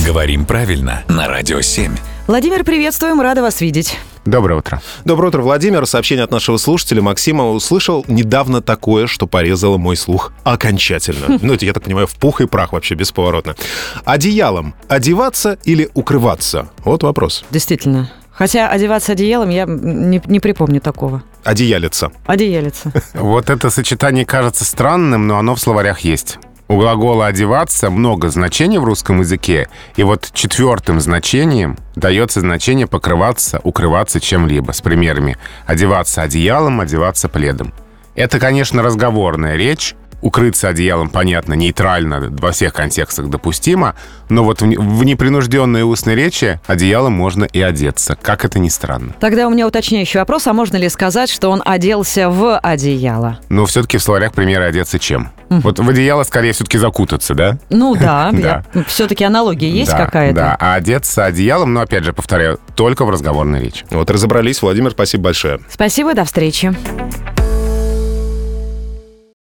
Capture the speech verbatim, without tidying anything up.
Говорим правильно на Радио семь. Владимир, приветствуем, рада вас видеть. Доброе утро. Доброе утро, Владимир. Сообщение от нашего слушателя Максима. Услышал недавно такое, что порезало мой слух окончательно. Ну, это, я так понимаю, в пух и прах вообще, бесповоротно. Одеялом одеваться или укрываться? Вот вопрос. Действительно. Хотя одеваться одеялом я не, не припомню такого. Одеялица. Одеялица. Вот это сочетание кажется странным, но оно в словарях есть. У глагола «одеваться» много значений в русском языке, и вот четвертым значением дается значение «покрываться», «укрываться чем-либо» с примерами «одеваться одеялом», «одеваться пледом». Это, конечно, разговорная речь. Укрыться одеялом, понятно, нейтрально, во всех контекстах допустимо, но вот в непринужденной устной речи одеялом можно и одеться, как это ни странно. Тогда у меня уточняющий вопрос, а можно ли сказать, что он оделся в одеяло? Но все-таки в словарях примеры одеться чем? Mm-hmm. Вот в одеяло скорее все-таки закутаться, да? Ну да, да. Все-таки аналогия есть да, какая-то? Да, а одеться одеялом, но опять же, повторяю, только в разговорной речи. Вот разобрались. Владимир, спасибо большое. Спасибо, до встречи.